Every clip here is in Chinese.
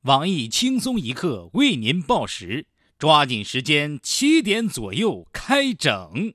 网易轻松一刻为您报时，抓紧时间，7点左右开整。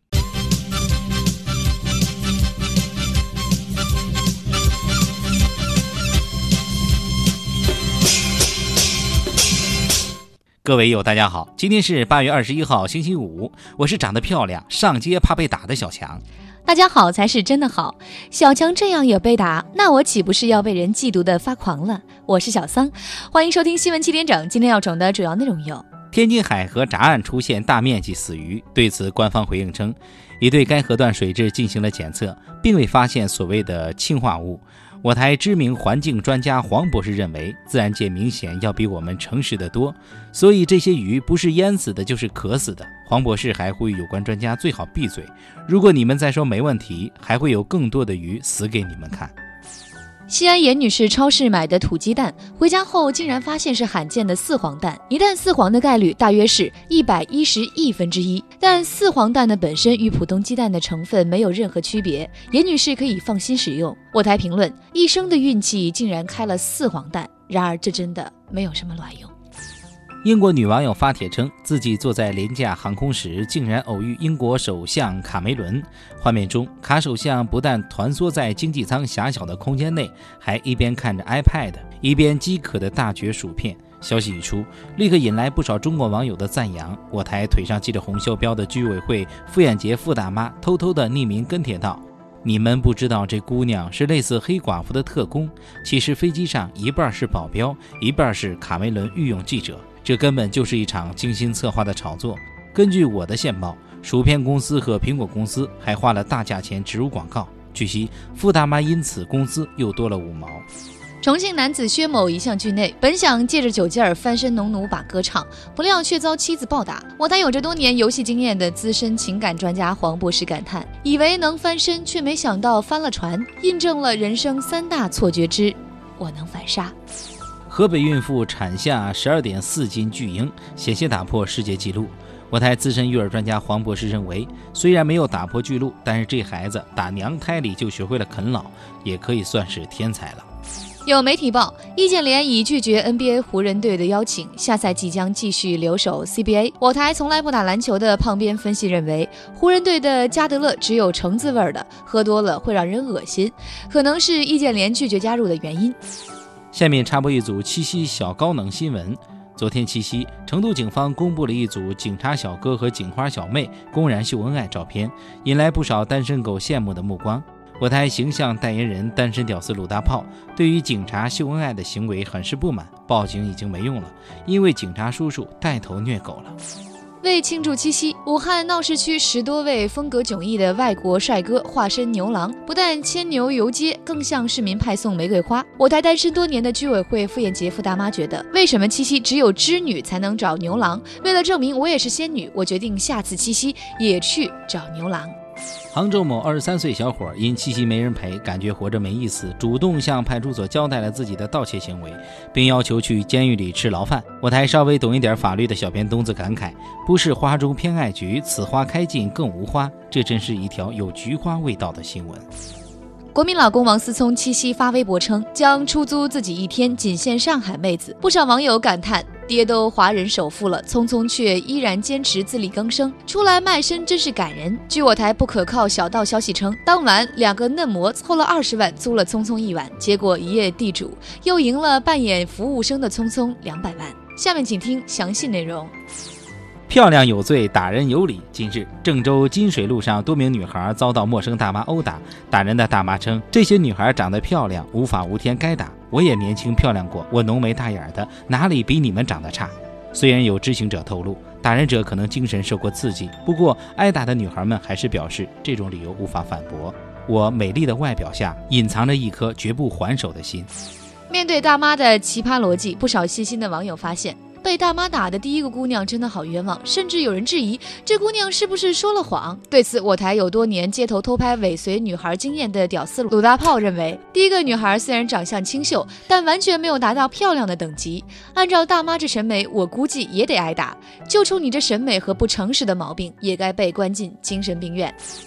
各位友大家好，今天是8月21号星期五，我是长得漂亮上街怕被打的小强。 大家好才是真的好，小强这样也被打，那我岂不是要被人嫉妒的发狂了？我是小桑，欢迎收听新闻7点整。今天要整的主要内容有： 天津海河闸岸出现大面积死鱼，对此官方回应称，已对该河段水质进行了检测，并未发现所谓的氰化物。我台知名环境专家黄博士认为，自然界明显要比我们诚实得多，所以这些鱼不是淹死的就是渴死的。黄博士还呼吁有关专家最好闭嘴，如果你们再说没问题，还会有更多的鱼死给你们看。 西安严女士超市买的土鸡蛋，回家后竟然发现是罕见的四黄蛋，一旦四黄的概率大约是110亿分之一，但四黄蛋的本身与普通鸡蛋的成分没有任何区别，严女士可以放心使用。我台评论：一生的运气竟然开了四黄蛋，然而这真的没有什么卵用。 英国女网友发帖称，自己坐在廉价航空时竟然偶遇英国首相卡梅伦。画面中，卡首相不但蜷缩在经济舱狭小的空间内，还一边看着 iPad， 一边饥渴的大嚼薯片。消息一出，立刻引来不少中国网友的赞扬。我台腿上系着红袖标的居委会妇炎洁傅大妈偷偷的匿名跟帖道：你们不知道这姑娘是类似黑寡妇的特工，其实飞机上一半是保镖，一半是卡梅伦御用记者，这根本就是一场精心策划的炒作。根据我的线报，薯片公司和苹果公司还花了大价钱植入广告，据悉傅大妈因此工资又多了5毛。 重庆男子薛某一项剧内，本想借着酒劲儿翻身农奴把歌唱，不料却遭妻子暴打。我台有着多年游戏经验的资深情感专家黄博士感叹，以为能翻身，却没想到翻了船，印证了人生3大错觉之我能反杀。 河北孕妇产下12.4斤巨婴，险些打破世界纪录。我台资深育儿专家黄博士认为，虽然没有打破纪录，但是这孩子打娘胎里就学会了啃老，也可以算是天才了。 有媒体报，易建联已拒绝 NBA 湖人队的邀请，下赛季将继续留守 CBA。我台从来不打篮球的胖边分析认为，湖人队的加德勒只有橙子味的，喝多了会让人恶心，可能是易建联拒绝加入的原因。 下面插播一组七夕小高能新闻。昨天七夕，成都警方公布了一组警察小哥和警花小妹公然秀恩爱照片，引来不少单身狗羡慕的目光。我台形象代言人单身屌丝鲁大炮对于警察秀恩爱的行为很是不满，报警已经没用了，因为警察叔叔带头虐狗了。 为庆祝七夕，武汉闹市区10多位风格迥异的外国帅哥化身牛郎，不但牵牛游街，更向市民派送玫瑰花。我台单身多年的居委会妇炎洁傅大妈觉得，为什么七夕只有织女才能找牛郎？为了证明我也是仙女，我决定下次七夕也去找牛郎。 杭州某23岁小伙因七夕没人陪，感觉活着没意思，主动向派出所交代了自己的盗窃行为，并要求去监狱里吃牢饭。我台稍微懂一点法律的小编东子感慨，不是花中偏爱菊，此花开尽更无花，这真是一条有菊花味道的新闻。 国民老公王思聪七夕发微博称将出租自己1天，仅限上海妹子。不少网友感叹，爹都华人首富了，聪聪却依然坚持自力更生，出来卖身真是感人。据我台不可靠小道消息称，当晚2个嫩模凑了20万租了聪聪1晚，结果一夜地主又赢了扮演服务生的聪聪200万。下面请听详细内容。 漂亮有罪，打人有理。近日，郑州金水路上多名女孩遭到陌生大妈殴打，打人的大妈称，这些女孩长得漂亮，无法无天，该打。我也年轻漂亮过，我浓眉大眼的，哪里比你们长得差？虽然有知情者透露，打人者可能精神受过刺激，不过挨打的女孩们还是表示，这种理由无法反驳。我美丽的外表下，隐藏着一颗绝不还手的心。 面对大妈的奇葩逻辑，不少细心的网友发现，被大妈打的第一个姑娘真的好冤枉，甚至有人质疑这姑娘是不是说了谎。对此，我台有多年街头偷拍尾随女孩经验的屌丝鲁大炮认为，第一个女孩虽然长相清秀，但完全没有达到漂亮的等级，按照大妈这审美，我估计也得挨打，就冲你这审美和不诚实的毛病，也该被关进精神病院。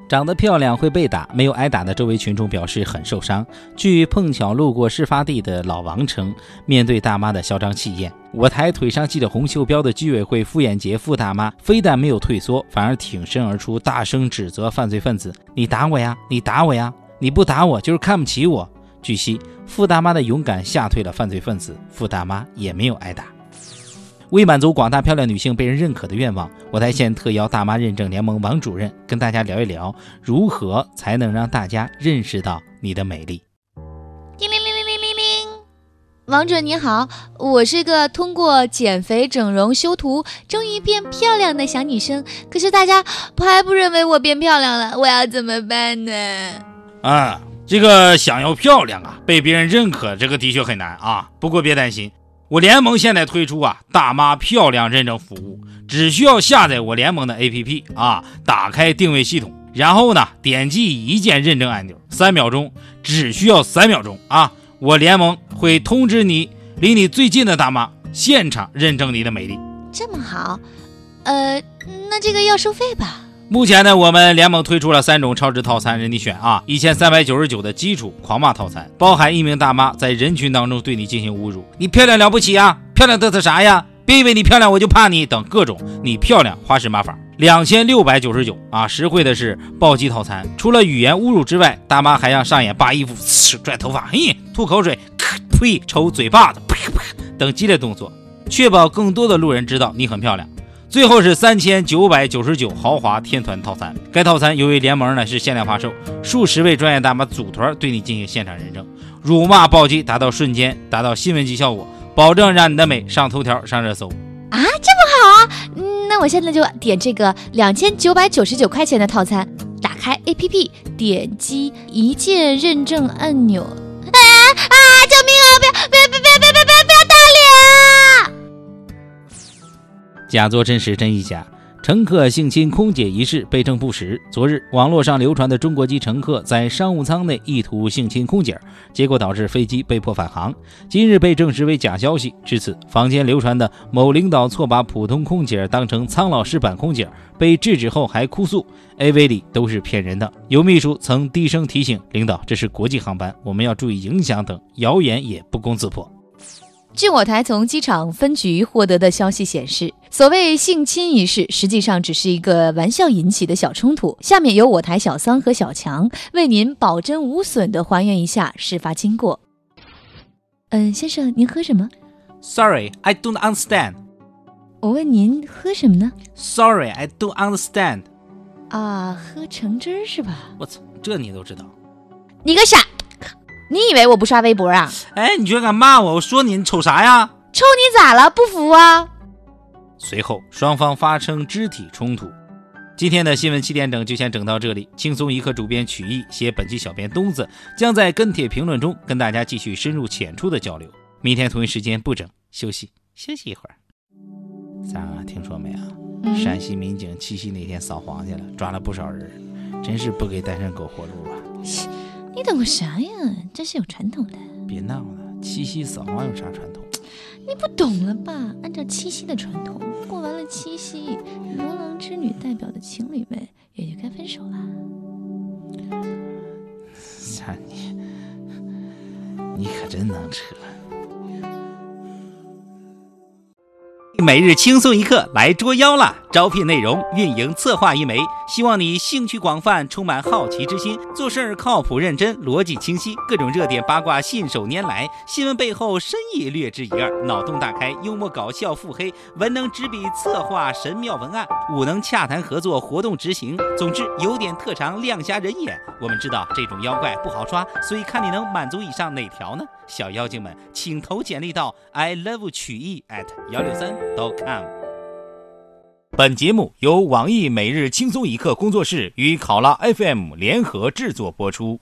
长得漂亮会被打，没有挨打的周围群众表示很受伤。据碰巧路过事发地的老王称，面对大妈的嚣张气焰，我台腿上系着红袖标的居委会傅艳杰傅大妈非但没有退缩，反而挺身而出，大声指责犯罪分子：你打我呀，你打我呀，你不打我就是看不起我。据悉，傅大妈的勇敢吓退了犯罪分子，傅大妈也没有挨打。为满足广大漂亮女性被人认可的愿望，我台县特邀大妈认证联盟王主任跟大家聊一聊，如何才能让大家认识到你的美丽。 叮铃铃铃铃铃铃，王主任你好，我是个通过减肥、整容、修图终于变漂亮的小女生，可是大家还不认为我变漂亮了，我要怎么办呢？ 这个想要漂亮被别人认可，这个的确很难不过别担心，我联盟现在推出大妈漂亮认证服务，只需要下载我联盟的 APP 打开定位系统，然后呢点击一键认证按钮，3秒钟，只需要3秒钟我联盟会通知你离你最近的大妈，现场认证你的美丽。 这么好，那这个要收费吧？ 目前呢，我们联盟推出了3种超值套餐任你选1399的基础狂骂套餐，包含1名大妈在人群当中对你进行侮辱，你漂亮了不起漂亮得啥呀，别以为你漂亮我就怕你等各种你漂亮花式骂法。2699实惠的是暴击套餐，除了语言侮辱之外，大妈还让上演扒衣服、拽头发、吐口水、呸、抽嘴巴子等激烈动作，确保更多的路人知道你很漂亮。最后是3999豪华天团套餐，该套餐由于联盟呢是限量发售，数十位专业大妈组团对你进行现场认证，辱骂暴击达到瞬间，达到新闻级效果，保证让你的美上头条上热搜。 这么好那我现在就点这个2999块钱的套餐，打开 APP， 点击一键认证按钮。救命不要打脸假作真实真亦假，乘客性侵空姐一事被证不实。昨日网络上流传的中国籍乘客在商务舱内意图性侵空姐，结果导致飞机被迫返航，今日被证实为假消息。至此，坊间流传的某领导错把普通空姐当成苍老师版空姐，被制止后还哭诉 AV 里都是骗人的。有秘书曾低声提醒领导，这是国际航班，我们要注意影响等，谣言也不攻自破。 据我台从机场分局获得的消息显示，所谓性侵一事实际上只是一个玩笑引起的小冲突。下面由我台小桑和小强为您保真无损地还原一下事发经过。先生，您喝什么？ Sorry, I don't understand。 我问您喝什么呢？ Sorry, I don't understand。 喝橙汁是吧？ 我操，这你都知道？ 你个傻，你以为我不刷微博啊？ 你居然敢骂我，我说你瞅啥呀？ 抽你咋了？不服啊？ 随后双方发生肢体冲突。今天的新闻7点整就先整到这里，轻松一刻主编曲艺写本期小编东子将在跟帖评论中跟大家继续深入浅出的交流。明天同一时间不整，休息一会儿。听说没有？陕西民警七夕那天扫黄去了，抓了不少人，真是不给单身狗活路啊！ 你懂个啥呀？这是有传统的。 别闹了，七夕扫黄有啥传统？ 你不懂了吧？按照七夕的传统，过完了七夕，牛郎织女代表的情侣们也就该分手了。 你可真能扯。 每日轻松一刻来捉妖了！招聘内容：运营策划1枚，希望你兴趣广泛，充满好奇之心，做事靠谱认真，逻辑清晰，各种热点八卦信手拈来，新闻背后深意略知一二，脑洞大开，幽默搞笑腹黑，文能执笔策划神妙文案，武能洽谈合作活动执行。总之有点特长亮瞎人眼。我们知道这种妖怪不好抓，所以看你能满足以上哪条呢？小妖精们请投简历到 ilove 曲艺 @163.com。本节目由网易每日轻松一刻工作室与考拉 FM 联合制作播出。